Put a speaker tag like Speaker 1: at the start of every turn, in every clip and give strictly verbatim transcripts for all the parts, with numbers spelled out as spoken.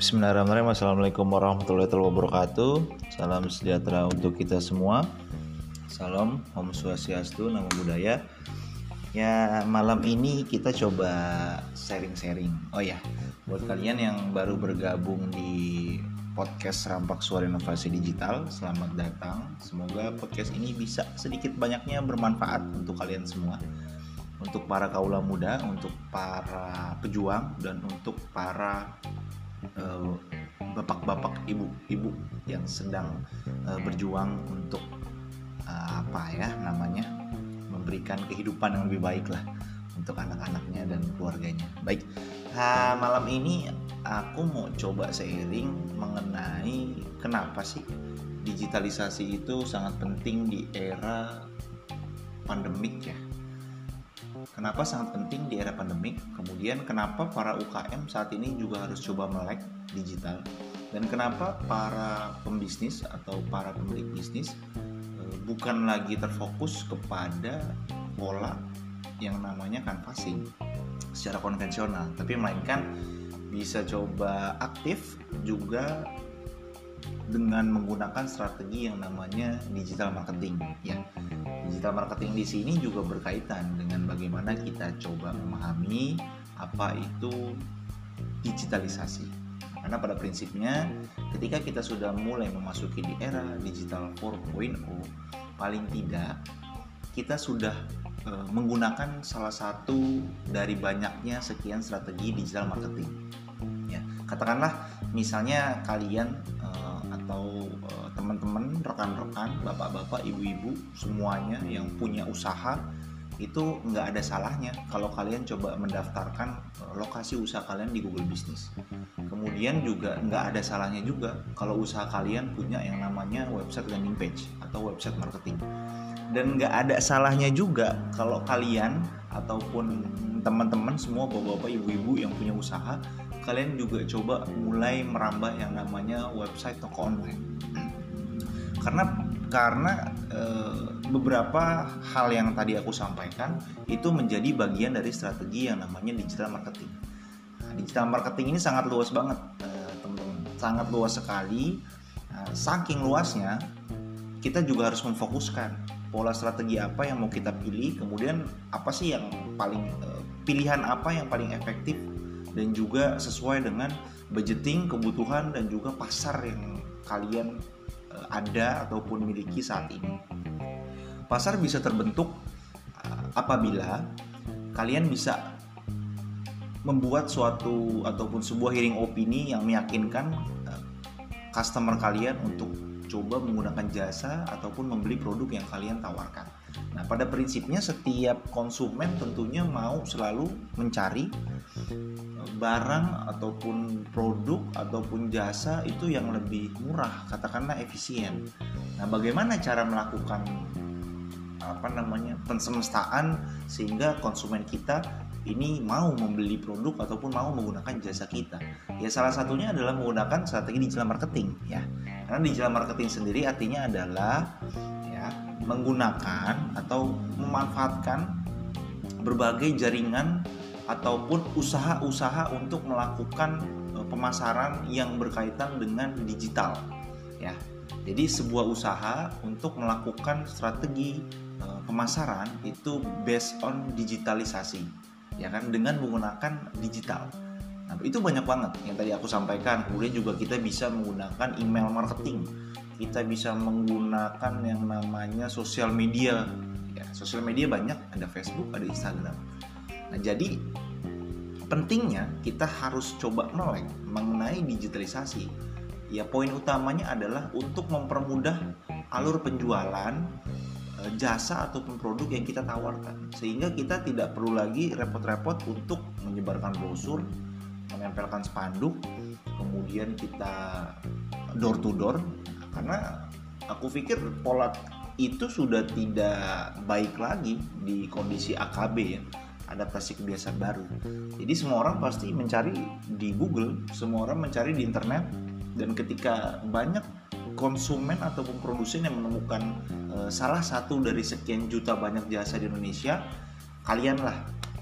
Speaker 1: Bismillahirrahmanirrahim. Assalamualaikum warahmatullahi wabarakatuh. Salam sejahtera untuk kita semua. Salam Om Swastiastu, Namo Buddhaya. Ya, malam ini kita coba sharing-sharing. Oh ya, buat kalian yang baru bergabung di podcast Rampak Suara Inovasi Digital, selamat datang. Semoga podcast ini bisa sedikit banyaknya bermanfaat untuk kalian semua. Untuk para kaula muda, untuk para pejuang, dan untuk para uh, bapak-bapak, ibu-ibu yang sedang uh, berjuang untuk uh, apa ya namanya memberikan kehidupan yang lebih baik lah untuk anak-anaknya dan keluarganya. Baik, ha, malam ini aku mau coba sharing mengenai kenapa sih digitalisasi itu sangat penting di era pandemik ya. Kenapa sangat penting di era pandemik? Kemudian kenapa para U K M saat ini juga harus coba melek digital? Dan kenapa para pembisnis atau para pemilik bisnis e, bukan lagi terfokus kepada pola yang namanya canvassing secara konvensional, tapi melainkan bisa coba aktif juga dengan menggunakan strategi yang namanya digital marketing ya. Digital marketing di sini juga berkaitan dengan bagaimana kita coba memahami apa itu digitalisasi. Karena pada prinsipnya ketika kita sudah mulai memasuki di era digital empat titik nol, paling tidak kita sudah e, menggunakan salah satu dari banyaknya sekian strategi digital marketing. Ya, katakanlah misalnya kalian e, atau e, teman-teman, rekan-rekan, bapak-bapak, ibu-ibu semuanya yang punya usaha, itu nggak ada salahnya kalau kalian coba mendaftarkan lokasi usaha kalian di Google Business. Kemudian juga nggak ada salahnya juga kalau usaha kalian punya yang namanya website landing page atau website marketing. Dan nggak ada salahnya juga kalau kalian ataupun teman-teman semua bapak-bapak, ibu-ibu yang punya usaha, kalian juga coba mulai merambah yang namanya website toko online. Karena karena e, beberapa hal yang tadi aku sampaikan itu menjadi bagian dari strategi yang namanya digital marketing. Nah, digital marketing ini sangat luas banget, e, teman-teman, sangat luas sekali. Nah, saking luasnya kita juga harus memfokuskan pola strategi apa yang mau kita pilih, kemudian apa sih yang paling e, pilihan apa yang paling efektif dan juga sesuai dengan budgeting, kebutuhan dan juga pasar yang kalian ada ataupun miliki saat ini. Pasar bisa terbentuk apabila kalian bisa membuat suatu ataupun sebuah hearing opini yang meyakinkan customer kalian untuk coba menggunakan jasa ataupun membeli produk yang kalian tawarkan. Nah, pada prinsipnya setiap konsumen tentunya mau selalu mencari barang ataupun produk ataupun jasa itu yang lebih murah, katakanlah efisien. Nah, bagaimana cara melakukan apa namanya pensemestaan sehingga konsumen kita ini mau membeli produk ataupun mau menggunakan jasa kita? Ya, salah satunya adalah menggunakan strategi digital marketing ya. Karena digital marketing sendiri artinya adalah ya menggunakan atau memanfaatkan berbagai jaringan ataupun usaha-usaha untuk melakukan pemasaran yang berkaitan dengan digital ya. Jadi sebuah usaha untuk melakukan strategi uh, pemasaran itu based on digitalisasi ya kan, dengan menggunakan digital. Nah, itu banyak banget yang tadi aku sampaikan. Kemudian juga kita bisa menggunakan email marketing, kita bisa menggunakan yang namanya sosial media ya. Sosial media banyak, ada Facebook, ada Instagram. Nah, jadi pentingnya kita harus coba melek mengenai digitalisasi. Ya, poin utamanya adalah untuk mempermudah alur penjualan e, jasa ataupun produk yang kita tawarkan, sehingga kita tidak perlu lagi repot-repot untuk menyebarkan brosur, menempelkan spanduk, kemudian kita door to door. Karena aku pikir pola itu sudah tidak baik lagi di kondisi A K B ya, adaptasi kebiasaan baru. Jadi semua orang pasti mencari di Google, semua orang mencari di internet, dan ketika banyak konsumen ataupun produsen yang menemukan e, salah satu dari sekian juta banyak jasa di Indonesia, kalianlah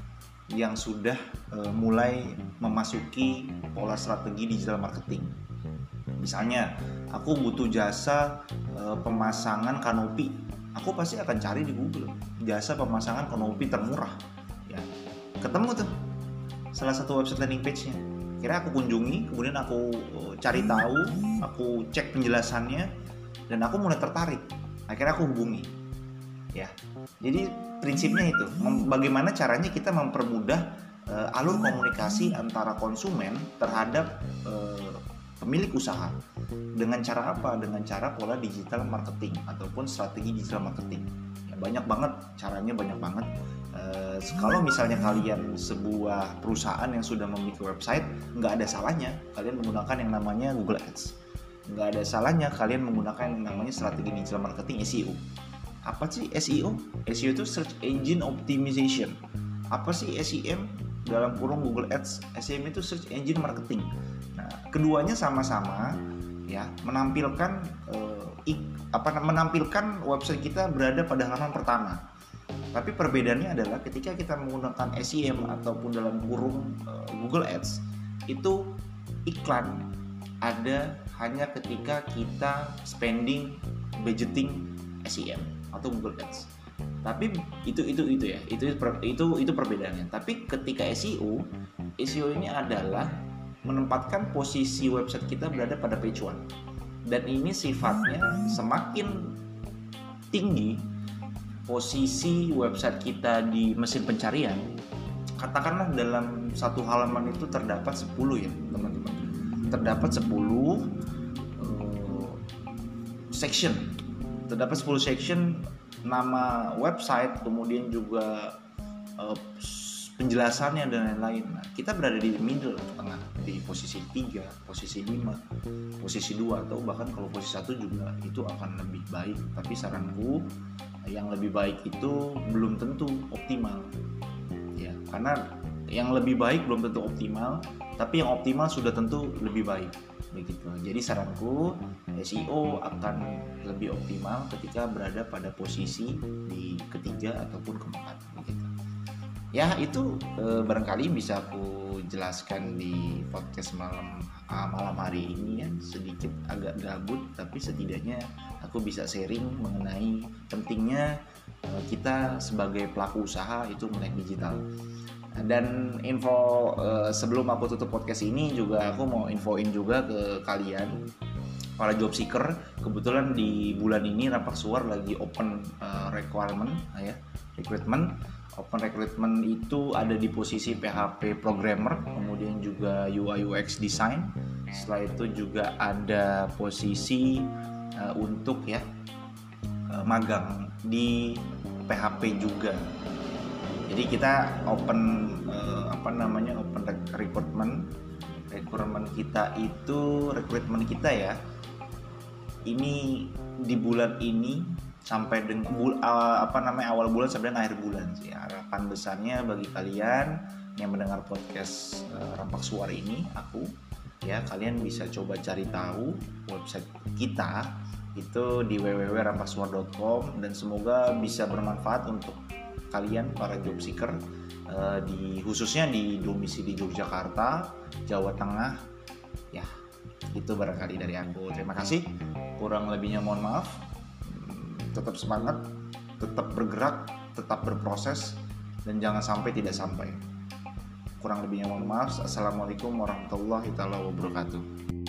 Speaker 1: yang sudah uh, mulai memasuki pola strategi digital marketing. Misalnya, aku butuh jasa uh, pemasangan kanopi, aku pasti akan cari di Google jasa pemasangan kanopi termurah. Ya, ketemu tuh salah satu website landing page-nya. Kira aku kunjungi, kemudian aku uh, cari tahu, aku cek penjelasannya, dan aku mulai tertarik. Akhirnya aku hubungi. Ya, jadi prinsipnya itu, mem- bagaimana caranya kita mempermudah uh, alur komunikasi antara konsumen terhadap uh, pemilik usaha. Dengan cara apa? Dengan cara pola digital marketing ataupun strategi digital marketing. Ya, banyak banget caranya, banyak banget. Uh, kalau misalnya kalian sebuah perusahaan yang sudah memiliki website, nggak ada salahnya kalian menggunakan yang namanya Google Ads. Nggak ada salahnya kalian menggunakan yang namanya strategi digital marketing S E O. Apa sih S E O? S E O itu Search Engine Optimization. Apa sih S E M? Dalam kurung Google Ads. S E M itu Search Engine Marketing. Nah, keduanya sama-sama ya menampilkan eh, ik, apa menampilkan website kita berada pada halaman pertama. Tapi perbedaannya adalah ketika kita menggunakan S E M ataupun dalam kurung eh, Google Ads, itu iklan ada hanya ketika kita spending budgeting S E M atau Google Ads. Tapi itu itu itu ya, itu itu itu perbedaannya. Tapi ketika S E O, S E O ini adalah menempatkan posisi website kita berada pada page one. Dan ini sifatnya semakin tinggi posisi website kita di mesin pencarian. Katakanlah dalam satu halaman itu terdapat sepuluh ya, teman-teman. Terdapat sepuluh uh, section. Terdapat sepuluh section, nama website, kemudian juga uh, penjelasannya dan lain-lain. Nah, kita berada di middle, tengah, di posisi tiga, posisi lima, posisi dua, atau bahkan kalau posisi satu juga itu akan lebih baik. Tapi saranku, yang lebih baik itu belum tentu optimal. Ya, karena yang lebih baik belum tentu optimal, tapi yang optimal sudah tentu lebih baik. Begitu. Jadi saranku, S E O akan lebih optimal ketika berada pada posisi di ketiga ataupun keempat. Begitu. Ya, itu eh, barangkali bisa aku jelaskan di podcast malam ah, malam hari ini ya. Sedikit agak gabut, tapi setidaknya aku bisa sharing mengenai pentingnya eh, kita sebagai pelaku usaha itu melek digital. Dan info uh, sebelum aku tutup podcast ini juga aku mau infoin juga ke kalian para job seeker. Kebetulan di bulan ini Rampak Suar lagi open uh, requirement ya, recruitment. Open recruitment itu ada di posisi P H P programmer, kemudian juga U I U X design. Setelah itu juga ada posisi uh, untuk ya uh, magang di P H P juga. Jadi kita open eh, apa namanya open recruitment, recruitment kita itu recruitment kita ya. Ini di bulan ini sampai dengan bul, uh, apa namanya awal bulan sampai dengan akhir bulan sih. Harapan besarnya bagi kalian yang mendengar podcast uh, Rampak Suara ini, aku ya kalian bisa coba cari tahu website kita itu di w w w titik rampaksuar titik com dan semoga bisa bermanfaat untuk kalian para job seeker uh, di khususnya di domisili Yogyakarta, Jawa Tengah. Ya, itu barangkali dari aku. Terima kasih. Kurang lebihnya mohon maaf. Tetap semangat, tetap bergerak, tetap berproses, dan jangan sampai tidak sampai. Kurang lebihnya mohon maaf. Assalamualaikum warahmatullahi wabarakatuh.